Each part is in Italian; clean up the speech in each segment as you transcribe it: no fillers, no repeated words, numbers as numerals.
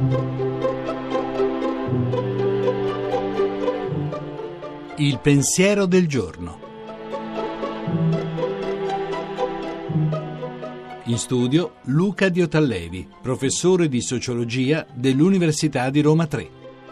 Il pensiero del giorno. In studio Luca Diotallevi, professore di sociologia dell'Università di Roma III.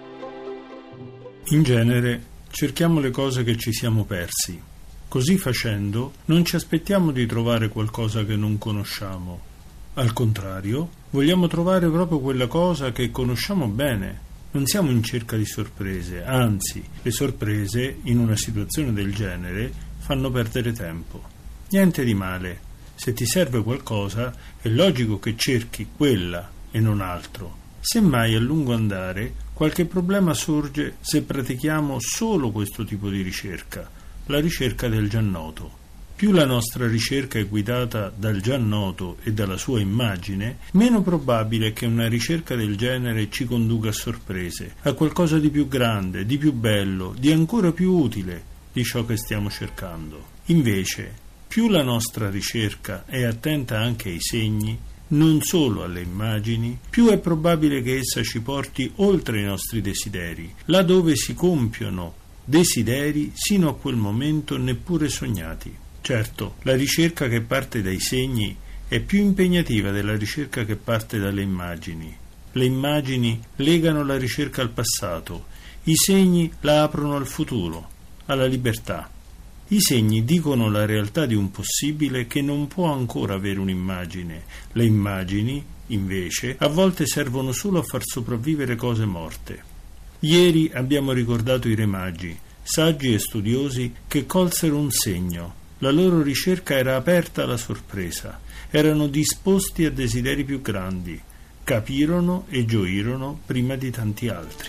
In genere cerchiamo le cose che ci siamo persi. Così facendo non ci aspettiamo di trovare qualcosa che non conosciamo. Al contrario, vogliamo trovare proprio quella cosa che conosciamo bene. Non siamo in cerca di sorprese, anzi, le sorprese in una situazione del genere fanno perdere tempo. Niente di male. Se ti serve qualcosa, è logico che cerchi quella e non altro. Semmai a lungo andare qualche problema sorge se pratichiamo solo questo tipo di ricerca, la ricerca del già noto. Più la nostra ricerca è guidata dal già noto e dalla sua immagine, meno probabile è che una ricerca del genere ci conduca a sorprese, a qualcosa di più grande, di più bello, di ancora più utile di ciò che stiamo cercando. Invece, più la nostra ricerca è attenta anche ai segni, non solo alle immagini, più è probabile che essa ci porti oltre i nostri desideri, là dove si compiono desideri sino a quel momento neppure sognati. Certo, la ricerca che parte dai segni è più impegnativa della ricerca che parte dalle immagini. Le immagini legano la ricerca al passato, i segni la aprono al futuro, alla libertà. I segni dicono la realtà di un possibile che non può ancora avere un'immagine. Le immagini, invece, a volte servono solo a far sopravvivere cose morte. Ieri abbiamo ricordato i Re Magi, saggi e studiosi che colsero un segno. La loro ricerca era aperta alla sorpresa, erano disposti a desideri più grandi, capirono e gioirono prima di tanti altri.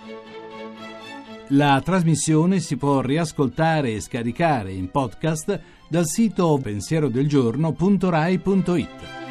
La trasmissione si può riascoltare e scaricare in podcast dal sito pensierodelgiorno.rai.it.